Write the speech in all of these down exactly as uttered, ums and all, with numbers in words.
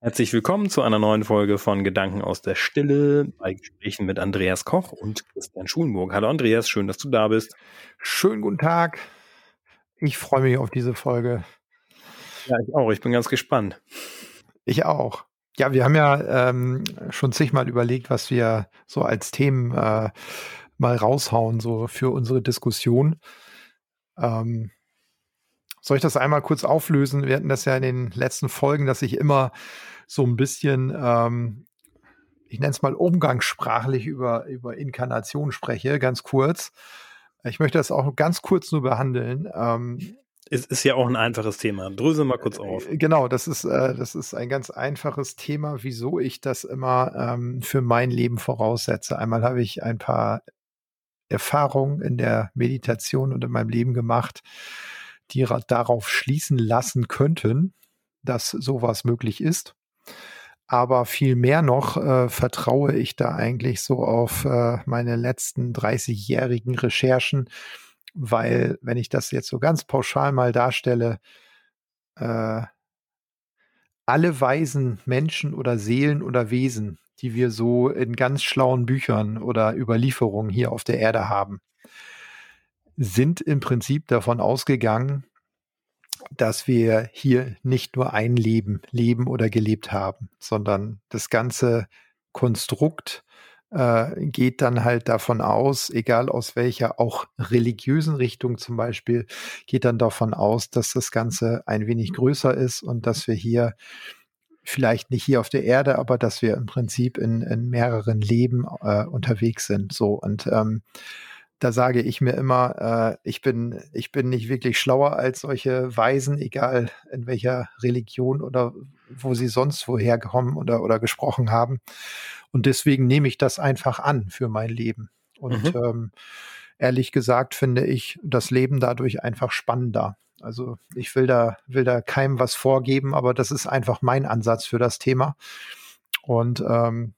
Herzlich willkommen zu einer neuen Folge von Gedanken aus der Stille bei Gesprächen mit Andreas Koch und Christian Schulenburg. Hallo Andreas, schön, dass du da bist. Schönen guten Tag. Ich freue mich auf diese Folge. Ja, ich auch. Ich bin ganz gespannt. Ich auch. Ja, wir haben ja ähm, schon zigmal überlegt, was wir so als Themen äh, mal raushauen, so für unsere Diskussion. Ähm, soll ich das einmal kurz auflösen? Wir hatten das ja in den letzten Folgen, dass ich immer so ein bisschen, ähm, ich nenne es mal umgangssprachlich über, über Inkarnation spreche, ganz kurz. Ich möchte das auch ganz kurz nur behandeln. Ähm, Es ist ja auch ein einfaches Thema. Drösel mal kurz auf. Genau, das ist, äh, das ist ein ganz einfaches Thema, wieso ich das immer ähm, für mein Leben voraussetze. Einmal habe ich ein paar Erfahrungen in der Meditation und in meinem Leben gemacht, die ra- darauf schließen lassen könnten, dass sowas möglich ist. Aber viel mehr noch äh, vertraue ich da eigentlich so auf äh, meine letzten dreißigjährigen Recherchen, weil wenn ich das jetzt so ganz pauschal mal darstelle, äh, alle weisen Menschen oder Seelen oder Wesen, die wir so in ganz schlauen Büchern oder Überlieferungen hier auf der Erde haben, sind im Prinzip davon ausgegangen, dass wir hier nicht nur ein Leben leben oder gelebt haben, sondern das ganze Konstrukt äh, geht dann halt davon aus, egal aus welcher auch religiösen Richtung zum Beispiel, geht dann davon aus, dass das Ganze ein wenig größer ist und dass wir hier vielleicht nicht hier auf der Erde, aber dass wir im Prinzip in, in mehreren Leben äh, unterwegs sind. So und ähm, da sage ich mir immer, äh, ich bin ich bin nicht wirklich schlauer als solche Weisen, egal in welcher Religion oder wo sie sonst woher kommen oder oder gesprochen haben. Und deswegen nehme ich das einfach an für mein Leben. Und Mhm. ähm, ehrlich gesagt finde ich das Leben dadurch einfach spannender. Also ich will da, will da keinem was vorgeben, aber das ist einfach mein Ansatz für das Thema. Und ähm,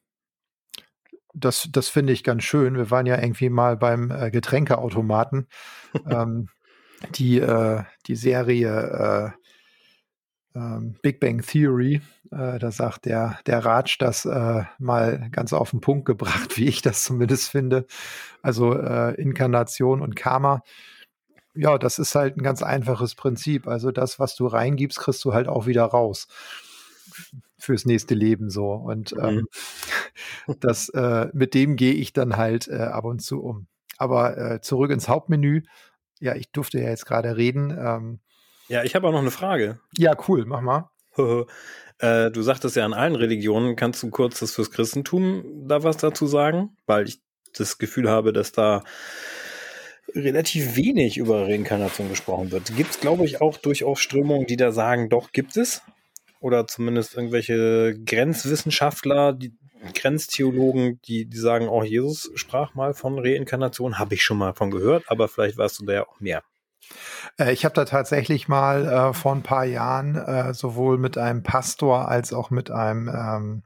das, das finde ich ganz schön. Wir waren ja irgendwie mal beim äh, Getränkeautomaten. ähm, die, äh, die Serie äh, ähm, Big Bang Theory, äh, da sagt der, der Raj das äh, mal ganz auf den Punkt gebracht, wie ich das zumindest finde. Also äh, Inkarnation und Karma. Ja, das ist halt ein ganz einfaches Prinzip. Also das, was du reingibst, kriegst du halt auch wieder raus fürs nächste Leben so. Und Mhm. ähm, das, äh, mit dem gehe ich dann halt äh, ab und zu um. Aber äh, zurück ins Hauptmenü. Ja, ich durfte ja jetzt gerade reden. Ähm, Ja, ich habe auch noch eine Frage. ja, cool, mach mal. äh, du sagtest ja, an allen Religionen. Kannst du kurz das fürs Christentum da was dazu sagen? Weil ich das Gefühl habe, dass da relativ wenig über Reinkarnation gesprochen wird. Gibt es, glaube ich, auch durchaus Strömungen, die da sagen, doch, gibt es? Oder zumindest irgendwelche Grenzwissenschaftler, die Grenztheologen, die, die sagen, auch Jesus sprach mal von Reinkarnation, habe ich schon mal von gehört, aber vielleicht weißt du da ja auch mehr. Äh, ich habe da tatsächlich mal äh, vor ein paar Jahren äh, sowohl mit einem Pastor als auch mit einem, ähm,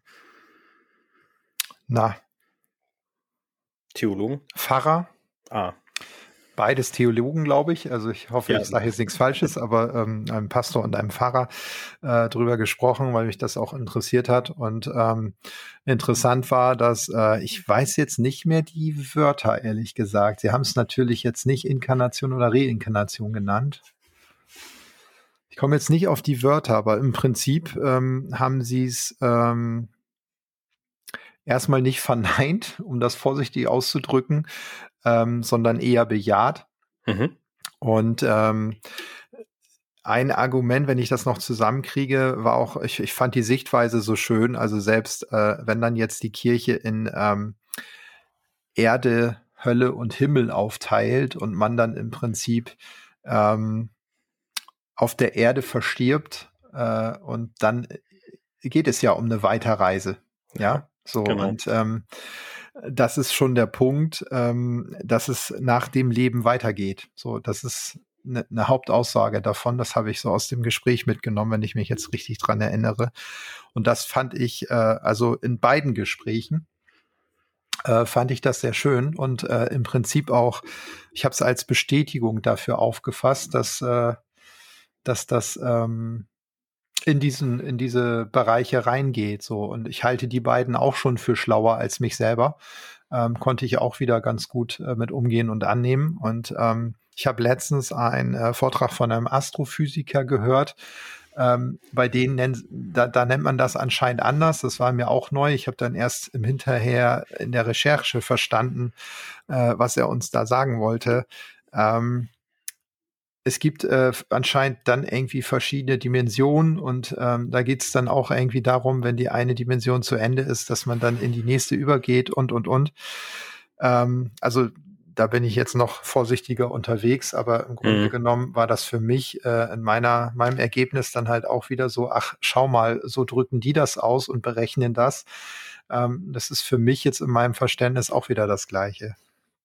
na, Theologen? Pfarrer, Ah, beides Theologen, glaube ich. Also ich hoffe, ja. ich sage jetzt nichts Falsches, aber ähm, einem Pastor und einem Pfarrer äh, drüber gesprochen, weil mich das auch interessiert hat. Und ähm, interessant war, dass äh, ich weiß jetzt nicht mehr die Wörter, ehrlich gesagt. Sie haben es natürlich jetzt nicht Inkarnation oder Reinkarnation genannt. Ich komme jetzt nicht auf die Wörter, aber im Prinzip ähm, haben sie es ähm, erstmal nicht verneint, um das vorsichtig auszudrücken, ähm, sondern eher bejaht. Mhm. Und ähm, ein Argument, wenn ich das noch zusammenkriege, war auch, ich, ich fand die Sichtweise so schön. Also selbst äh, wenn dann jetzt die Kirche in ähm, Erde, Hölle und Himmel aufteilt und man dann im Prinzip ähm, auf der Erde verstirbt äh, und dann geht es ja um eine Weiterreise. Ja, Ja, so genau. und ähm, das ist schon der Punkt, ähm, dass es nach dem Leben weitergeht. So, das ist eine ne Hauptaussage davon. Das habe ich so aus dem Gespräch mitgenommen, wenn ich mich jetzt richtig dran erinnere. Und das fand ich, äh, also in beiden Gesprächen äh, fand ich das sehr schön und äh, im Prinzip auch, ich habe es als Bestätigung dafür aufgefasst, dass, äh, dass das ähm, in diesen, in diese Bereiche reingeht, so. Und ich halte die beiden auch schon für schlauer als mich selber. Ähm, konnte ich auch wieder ganz gut äh, mit umgehen und annehmen. Und ähm, ich habe letztens einen äh, Vortrag von einem Astrophysiker gehört. Ähm, bei denen nennt, da, da nennt man das anscheinend anders. Das war mir auch neu. Ich habe dann erst im Hinterher in der Recherche verstanden, äh, was er uns da sagen wollte. Ähm, Es gibt äh, anscheinend dann irgendwie verschiedene Dimensionen und ähm, da geht es dann auch irgendwie darum, wenn die eine Dimension zu Ende ist, dass man dann in die nächste übergeht und, und, und. Ähm, also da bin ich jetzt noch vorsichtiger unterwegs, aber im Grunde Mhm. genommen war das für mich äh, in meiner, meinem Ergebnis dann halt auch wieder so, ach, schau mal, so drücken die das aus und berechnen das. Ähm, das ist für mich jetzt in meinem Verständnis auch wieder das Gleiche.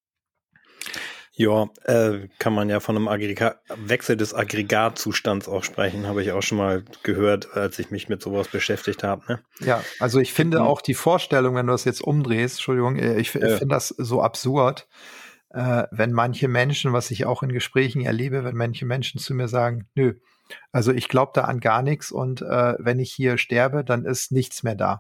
Ja, äh, kann man ja von einem Aggregat Wechsel des Aggregatzustands auch sprechen, habe ich auch schon mal gehört, als ich mich mit sowas beschäftigt habe. Ne? Ja, also ich finde auch die Vorstellung, wenn du das jetzt umdrehst, Entschuldigung, äh, ich, ich Ja. finde das so absurd, äh, wenn manche Menschen, was ich auch in Gesprächen erlebe, wenn manche Menschen zu mir sagen, nö, also ich glaube da an gar nichts und äh, wenn ich hier sterbe, dann ist nichts mehr da.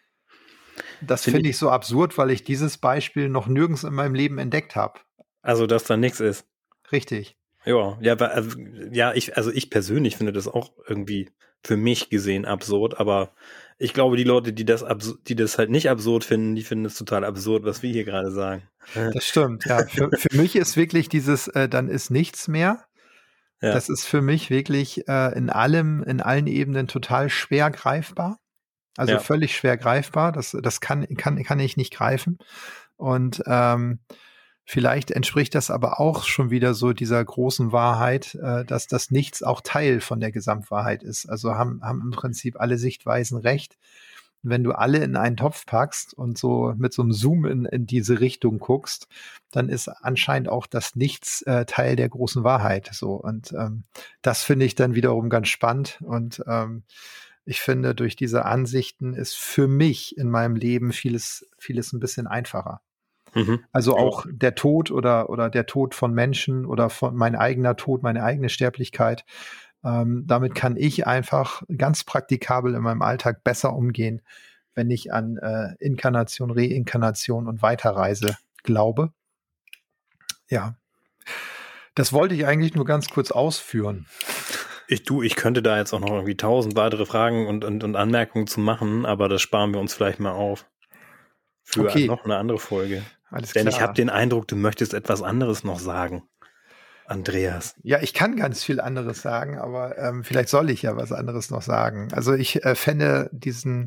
Das Finde finde ich, ich so absurd, weil ich dieses Beispiel noch nirgends in meinem Leben entdeckt habe. also dass da nichts ist. Richtig. Ja, ja, wa- also, ja, ich, also ich persönlich finde das auch irgendwie für mich gesehen absurd, aber ich glaube, die Leute, die das absu- die das halt nicht absurd finden, die finden es total absurd, was wir hier gerade sagen. Das stimmt, ja. Für, für mich ist wirklich dieses, äh, dann ist nichts mehr. Ja, Das ist für mich wirklich äh, in allem, in allen Ebenen total schwer greifbar. Also ja. völlig schwer greifbar. Das, das kann, kann, kann ich nicht greifen. Und ähm, vielleicht entspricht das aber auch schon wieder so dieser großen Wahrheit, äh, dass das Nichts auch Teil von der Gesamtwahrheit ist. Also haben, haben im Prinzip alle Sichtweisen recht. Wenn du alle in einen Topf packst und so mit so einem Zoom in, in diese Richtung guckst, dann ist anscheinend auch das Nichts äh, Teil der großen Wahrheit. So und ähm, das finde ich dann wiederum ganz spannend und ähm, ich finde, durch diese Ansichten ist für mich in meinem Leben vieles, vieles ein bisschen einfacher. Mhm. Also Ja. auch der Tod oder, oder der Tod von Menschen oder von mein eigener Tod, meine eigene Sterblichkeit. Ähm, damit kann ich einfach ganz praktikabel in meinem Alltag besser umgehen, wenn ich an äh, Inkarnation, Reinkarnation und Weiterreise glaube. Ja, das wollte ich eigentlich nur ganz kurz ausführen. Ich du, ich könnte da jetzt auch noch irgendwie tausend weitere Fragen und, und, und Anmerkungen zu machen, aber das sparen wir uns vielleicht mal auf für Okay, noch eine andere Folge. alles Denn ich habe klar. den Eindruck, du möchtest etwas anderes noch sagen, Andreas. Ja, ich kann ganz viel anderes sagen, aber ähm, vielleicht soll ich ja was anderes noch sagen. Also ich äh, fände diesen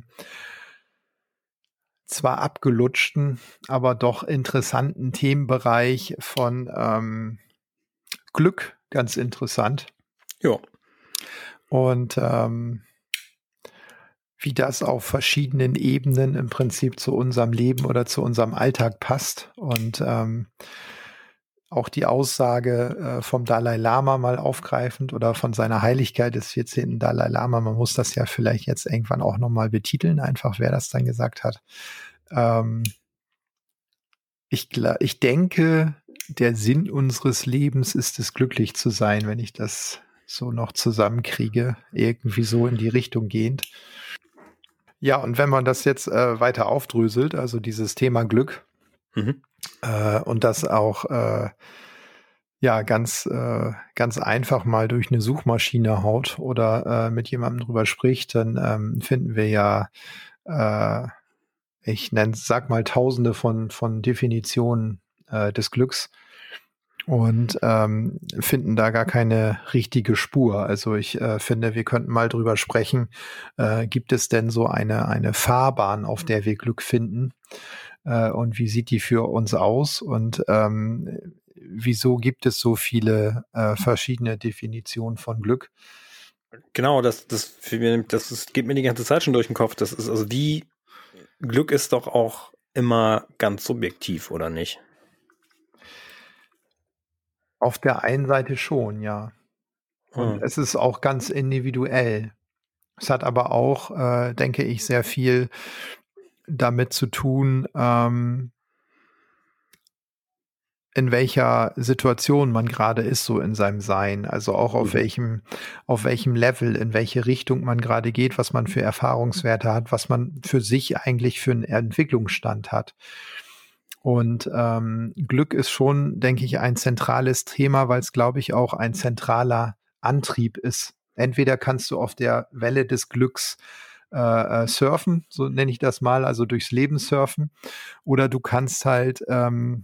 zwar abgelutschten, aber doch interessanten Themenbereich von ähm, Glück ganz interessant. Ja. Und ähm, wie das auf verschiedenen Ebenen im Prinzip zu unserem Leben oder zu unserem Alltag passt. Und ähm, auch die Aussage äh, vom Dalai Lama mal aufgreifend oder von seiner Heiligkeit des vierzehnten Dalai Lama. Man muss das ja vielleicht jetzt irgendwann auch nochmal betiteln, einfach wer das dann gesagt hat. Ähm, ich, ich denke, der Sinn unseres Lebens ist es, glücklich zu sein, wenn ich das so noch zusammenkriege, irgendwie so in die Richtung gehend. Ja, und wenn man das jetzt äh, weiter aufdröselt, also dieses Thema Glück, Mhm. äh, und das auch äh, ja ganz äh, ganz einfach mal durch eine Suchmaschine haut oder äh, mit jemandem drüber spricht, dann ähm, finden wir ja, äh, ich nenne sag mal Tausende von von Definitionen äh, des Glücks und ähm, finden da gar keine richtige Spur. Also ich äh, finde, wir könnten mal drüber sprechen, äh, gibt es denn so eine, eine Fahrbahn, auf der wir Glück finden? Äh, und wie sieht die für uns aus? Und ähm, wieso gibt es so viele äh, verschiedene Definitionen von Glück? Genau, das, das, das ist, geht mir die ganze Zeit schon durch den Kopf. Das ist also wie Glück ist doch auch immer ganz subjektiv, oder nicht? Auf der einen Seite schon, ja. Und Hm. es ist auch ganz individuell. Es hat aber auch, äh, denke ich, sehr viel damit zu tun, ähm, in welcher Situation man gerade ist, so in seinem Sein. Also auch auf Mhm. welchem, auf welchem Level, in welche Richtung man gerade geht, was man für Erfahrungswerte hat, was man für sich eigentlich für einen Entwicklungsstand hat. Und ähm, Glück ist schon, denke ich, ein zentrales Thema, weil es, glaube ich, auch ein zentraler Antrieb ist. Entweder kannst du auf der Welle des Glücks äh, äh, surfen, so nenne ich das mal, also durchs Leben surfen, oder du kannst halt ähm,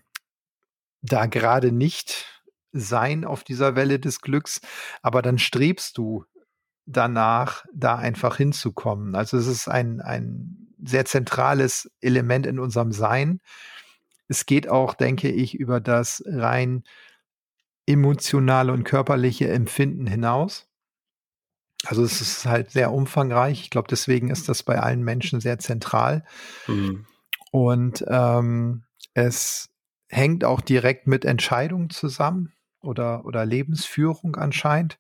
da gerade nicht sein auf dieser Welle des Glücks, aber dann strebst du danach, da einfach hinzukommen. Also es ist ein, ein sehr zentrales Element in unserem Sein. Es geht auch, denke ich, über das rein emotionale und körperliche Empfinden hinaus. Also es ist halt sehr umfangreich. Ich glaube, deswegen ist das bei allen Menschen sehr zentral. Mhm. Und ähm, es hängt auch direkt mit Entscheidungen zusammen oder, oder Lebensführung anscheinend.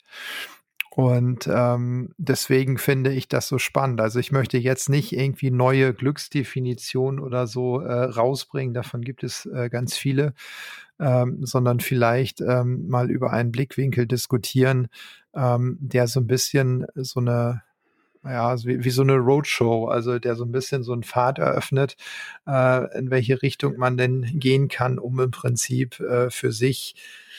Und ähm, deswegen finde ich das so spannend. Also ich möchte jetzt nicht irgendwie neue Glücksdefinitionen oder so äh, rausbringen, davon gibt es äh, ganz viele, ähm, sondern vielleicht ähm, mal über einen Blickwinkel diskutieren, ähm, der so ein bisschen so eine ja, also wie, wie so eine Roadshow, also der so ein bisschen so einen Pfad eröffnet, äh, in welche Richtung man denn gehen kann, um im Prinzip äh, für sich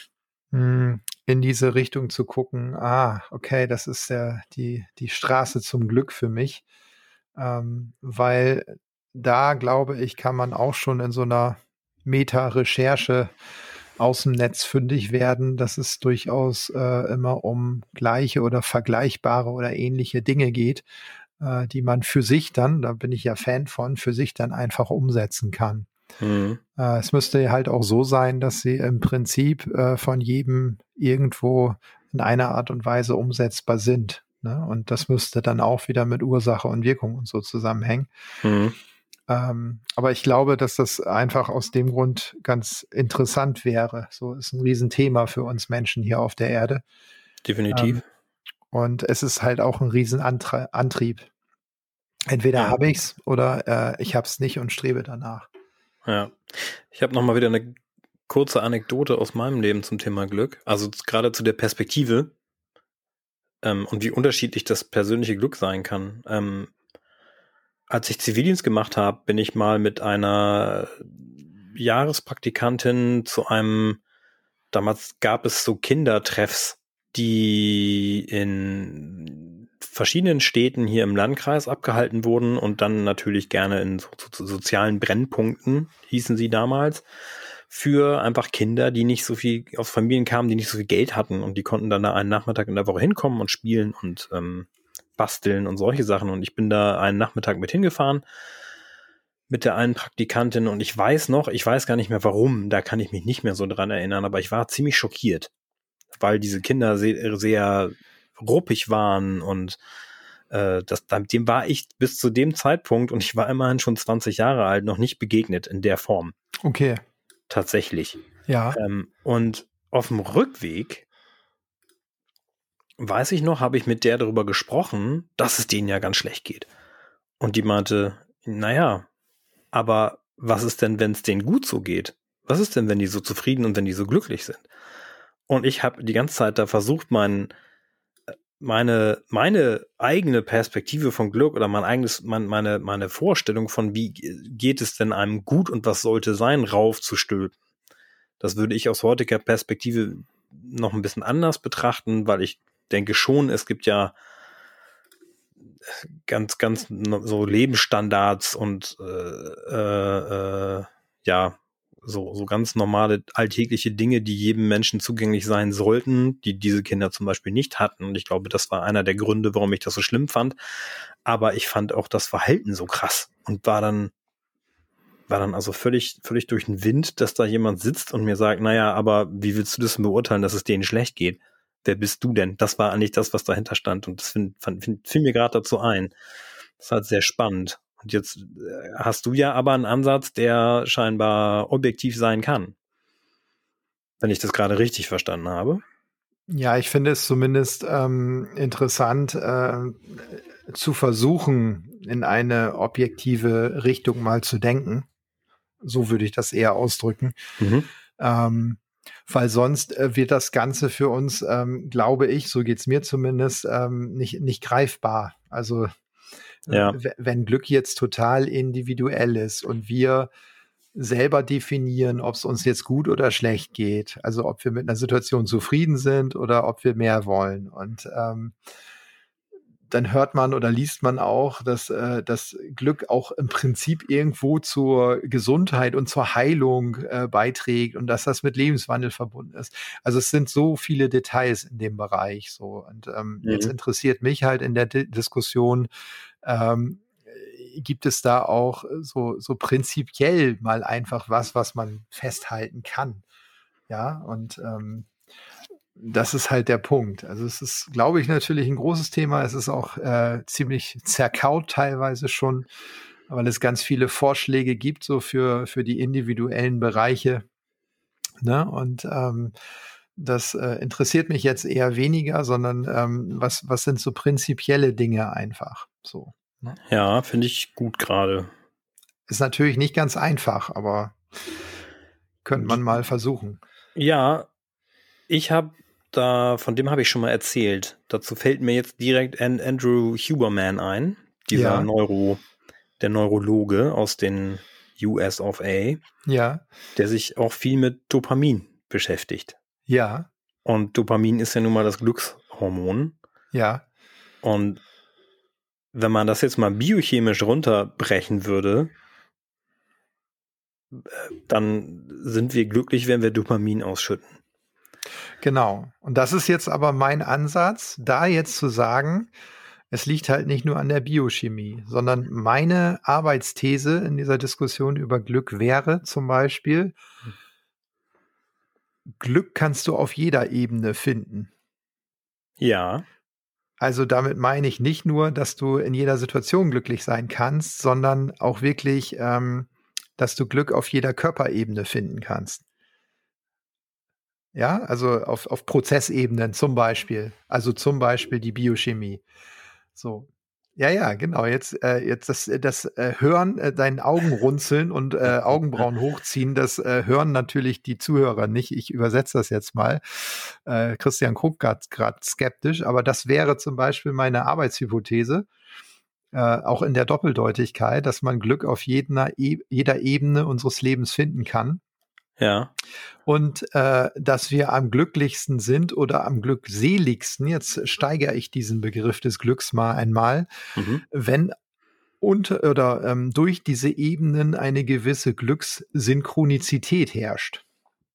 mh, in diese Richtung zu gucken. Ah, okay, das ist der, die, die Straße zum Glück für mich, ähm, weil da glaube ich, kann man auch schon in so einer Meta-Recherche aus dem Netz fündig werden, dass es durchaus äh, immer um gleiche oder vergleichbare oder ähnliche Dinge geht, äh, die man für sich dann, da bin ich ja Fan von, für sich dann einfach umsetzen kann. Mhm. Äh, es müsste halt auch so sein, dass sie im Prinzip äh, von jedem irgendwo in einer Art und Weise umsetzbar sind. Ne? Und das müsste dann auch wieder mit Ursache und Wirkung und so zusammenhängen. Mhm. Ähm, aber ich glaube, dass das einfach aus dem Grund ganz interessant wäre. So ist ein Riesenthema für uns Menschen hier auf der Erde. Definitiv. Ähm, und es ist halt auch ein Riesenantrieb. Entweder Ja. habe ich's oder äh, ich habe es nicht und strebe danach. Ja. Ich habe nochmal wieder eine kurze Anekdote aus meinem Leben zum Thema Glück. Also z- gerade zu der Perspektive ähm, und wie unterschiedlich das persönliche Glück sein kann. Ähm, als ich Zivildienst gemacht habe, bin ich mal mit einer Jahrespraktikantin zu einem, damals gab es so Kindertreffs, die in verschiedenen Städten hier im Landkreis abgehalten wurden und dann natürlich gerne in so, so, sozialen Brennpunkten, hießen sie damals, für einfach Kinder, die nicht so viel aus Familien kamen, die nicht so viel Geld hatten und die konnten dann da einen Nachmittag in der Woche hinkommen und spielen und ähm, basteln und solche Sachen. Und ich bin da einen Nachmittag mit hingefahren mit der einen Praktikantin und ich weiß noch, ich weiß gar nicht mehr warum, da kann ich mich nicht mehr so dran erinnern, aber ich war ziemlich schockiert, weil diese Kinder sehr, sehr ruppig waren und äh, das, dem war ich bis zu dem Zeitpunkt, und ich war immerhin schon zwanzig Jahre alt, noch nicht begegnet in der Form. Okay. Tatsächlich. Ja. Ähm, und auf dem Rückweg, weiß ich noch, habe ich mit der darüber gesprochen, dass es denen ja ganz schlecht geht. Und die meinte, naja, aber was ist denn, wenn es denen gut so geht? Was ist denn, wenn die so zufrieden und wenn die so glücklich sind? Und ich habe die ganze Zeit da versucht, mein, meine, meine eigene Perspektive von Glück oder mein eigenes, mein, meine, meine Vorstellung von, wie geht es denn einem gut und was sollte sein, raufzustülpen. Das würde ich aus heutiger Perspektive noch ein bisschen anders betrachten, weil ich denke schon, es gibt ja ganz, ganz so Lebensstandards und äh, äh, äh, ja, so, so ganz normale alltägliche Dinge, die jedem Menschen zugänglich sein sollten, die diese Kinder zum Beispiel nicht hatten. Und ich glaube, das war einer der Gründe, warum ich das so schlimm fand. Aber ich fand auch das Verhalten so krass und war dann, war dann also völlig, völlig durch den Wind, dass da jemand sitzt und mir sagt, naja, aber wie willst du das denn beurteilen, dass es denen schlecht geht? Wer bist du denn? Das war eigentlich das, was dahinter stand. Und das find, find, find, fiel mir gerade dazu ein. Das ist halt sehr spannend. Und jetzt äh, hast du ja aber einen Ansatz, der scheinbar objektiv sein kann. Wenn ich das gerade richtig verstanden habe. Ja, ich finde es zumindest ähm, interessant, äh, zu versuchen, in eine objektive Richtung mal zu denken. So würde ich das eher ausdrücken. Mhm. Ähm, weil sonst äh, wird das Ganze für uns, ähm, glaube ich, so geht's mir zumindest, ähm, nicht, nicht greifbar. Also Ja. w- wenn Glück jetzt total individuell ist und wir selber definieren, ob es uns jetzt gut oder schlecht geht, also ob wir mit einer Situation zufrieden sind oder ob wir mehr wollen. Und ähm, dann hört man oder liest man auch, dass äh, das Glück auch im Prinzip irgendwo zur Gesundheit und zur Heilung äh, beiträgt und dass das mit Lebenswandel verbunden ist. Also es sind so viele Details in dem Bereich so. Und ähm, Mhm. jetzt interessiert mich halt in der Di- Diskussion, ähm, gibt es da auch so, so prinzipiell mal einfach was, was man festhalten kann. Ja, und ähm, das ist halt der Punkt. Also es ist, glaube ich, natürlich ein großes Thema. Es ist auch äh, ziemlich zerkaut teilweise schon, weil es ganz viele Vorschläge gibt, so für, für die individuellen Bereiche. Ne? Und ähm, das äh, interessiert mich jetzt eher weniger, sondern ähm, was, was sind so prinzipielle Dinge einfach so. Ne? Ja, finde ich gut gerade. Ist natürlich nicht ganz einfach, aber könnte man mal versuchen. Ja, ich habe da, von dem habe ich schon mal erzählt. Dazu fällt mir jetzt direkt An- Andrew Huberman ein, dieser Ja. Neuro, der Neurologe aus den U S of A, Ja, der sich auch viel mit Dopamin beschäftigt. ja, Und Dopamin ist ja nun mal das Glückshormon. ja. Und wenn man das jetzt mal biochemisch runterbrechen würde, äh, dann sind wir glücklich, wenn wir Dopamin ausschütten. Genau. Und das ist jetzt aber mein Ansatz, da jetzt zu sagen, es liegt halt nicht nur an der Biochemie, sondern meine Arbeitsthese in dieser Diskussion über Glück wäre zum Beispiel, Glück kannst du auf jeder Ebene finden. Ja. Also damit meine ich nicht nur, dass du in jeder Situation glücklich sein kannst, sondern auch wirklich, ähm, dass du Glück auf jeder Körperebene finden kannst. Ja, also auf, auf Prozessebenen zum Beispiel. Also zum Beispiel die Biochemie. So. Ja, ja, genau. Jetzt, äh, jetzt das, das äh, Hören, äh, deinen Augen runzeln und äh, Augenbrauen hochziehen, das äh, hören natürlich die Zuhörer nicht. Ich übersetze das jetzt mal. Äh, Christian guckt gerade skeptisch, aber das wäre zum Beispiel meine Arbeitshypothese, äh, auch in der Doppeldeutigkeit, dass man Glück auf jeder, jeder Ebene unseres Lebens finden kann. Ja. Und äh, dass wir am glücklichsten sind oder am glückseligsten, jetzt steigere ich diesen Begriff des Glücks mal einmal, Mhm. wenn unter oder ähm, durch diese Ebenen eine gewisse Glückssynchronizität herrscht.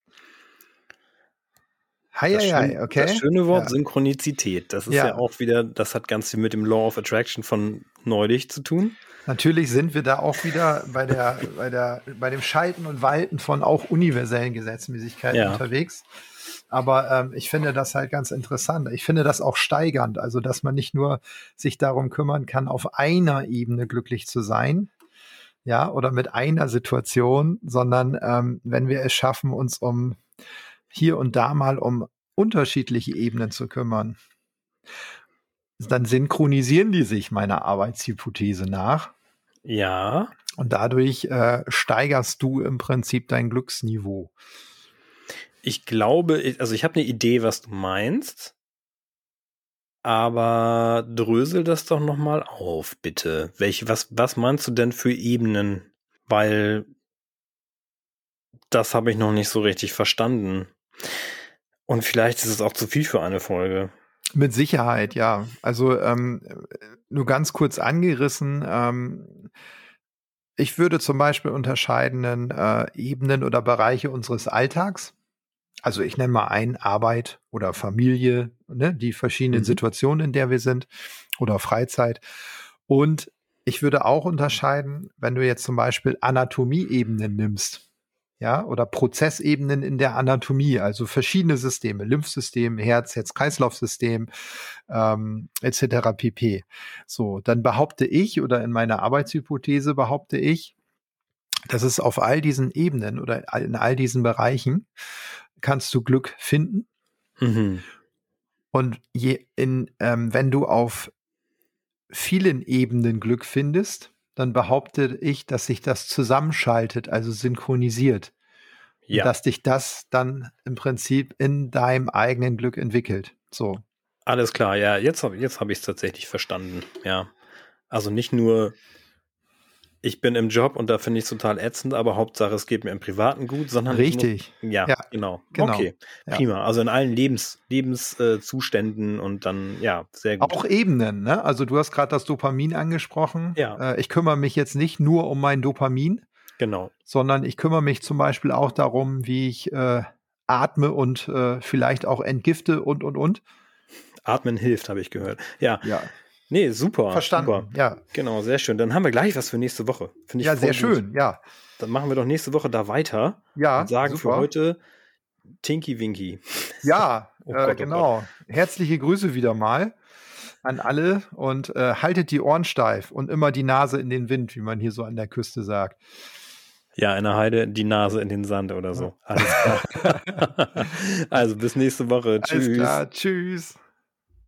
Hei, Das, hei, schön, hei, okay. das schöne Wort Ja. Synchronizität, das ist ja. Ja. auch wieder, das hat ganz viel mit dem Law of Attraction von neulich zu tun. Natürlich sind wir da auch wieder bei der, bei der, bei dem Schalten und Walten von auch universellen Gesetzmäßigkeiten Ja. unterwegs. Aber ähm, ich finde das halt ganz interessant. Ich finde das auch steigernd, also dass man nicht nur sich darum kümmern kann, auf einer Ebene glücklich zu sein, ja, oder mit einer Situation, sondern ähm, wenn wir es schaffen, uns um hier und da mal um unterschiedliche Ebenen zu kümmern, dann synchronisieren die sich meiner Arbeitshypothese nach. Ja. Und dadurch äh, steigerst du im Prinzip dein Glücksniveau. Ich glaube, ich, also ich habe eine Idee, was du meinst, aber drösel das doch noch mal auf, bitte. Welche, was, was meinst du denn für Ebenen? Weil das habe ich noch nicht so richtig verstanden. Und vielleicht ist es auch zu viel für eine Folge. Mit Sicherheit, ja. Also ähm, nur ganz kurz angerissen. Ähm, ich würde zum Beispiel unterscheiden in äh, Ebenen oder Bereiche unseres Alltags. Also ich nenne mal ein, Arbeit oder Familie, ne, die verschiedenen Mhm. Situationen, in der wir sind, oder Freizeit. Und ich würde auch unterscheiden, wenn du jetzt zum Beispiel Anatomieebenen nimmst, ja, oder Prozessebenen in der Anatomie, also verschiedene Systeme, Lymphsystem, Herz, Herz-Kreislauf-System, ähm, et cetera pp. So, dann behaupte ich oder in meiner Arbeitshypothese behaupte ich, dass es auf all diesen Ebenen oder in all diesen Bereichen kannst du Glück finden. Mhm. Und je in, ähm, wenn du auf vielen Ebenen Glück findest, dann behaupte ich, dass sich das zusammenschaltet, also synchronisiert. Ja. Dass dich das dann im Prinzip in deinem eigenen Glück entwickelt. So. Alles klar, ja, jetzt habe jetzt hab ich es tatsächlich verstanden, ja. Also nicht nur, ich bin im Job und da finde ich es total ätzend, aber Hauptsache, es geht mir im Privaten gut, sondern Richtig. Ich muss, ja, Ja, genau. genau. Okay, Ja. prima. Also in allen Lebens, Lebenszuständen und dann, ja, sehr gut. Auch Ebenen, ne? Also du hast gerade das Dopamin angesprochen. Ja. Äh, ich kümmere mich jetzt nicht nur um mein Dopamin, Genau. sondern ich kümmere mich zum Beispiel auch darum, wie ich äh, atme und äh, vielleicht auch entgifte und, und, und. Atmen hilft, habe ich gehört. Ja. Ja. Nee, super. Verstanden, Super. ja. Genau, sehr schön. Dann haben wir gleich was für nächste Woche. Finde ich Ja, voll sehr gut. schön, ja. Dann machen wir doch nächste Woche da weiter Ja, und sagen super. für heute Tinky Winky. Ja, Oh äh, Gott, oh genau. Herzliche Grüße wieder mal an alle und äh, haltet die Ohren steif und immer die Nase in den Wind, wie man hier so an der Küste sagt. Ja, in der Heide die Nase in den Sand oder so. Alles klar. Also bis nächste Woche. Alles Tschüss. klar, tschüss.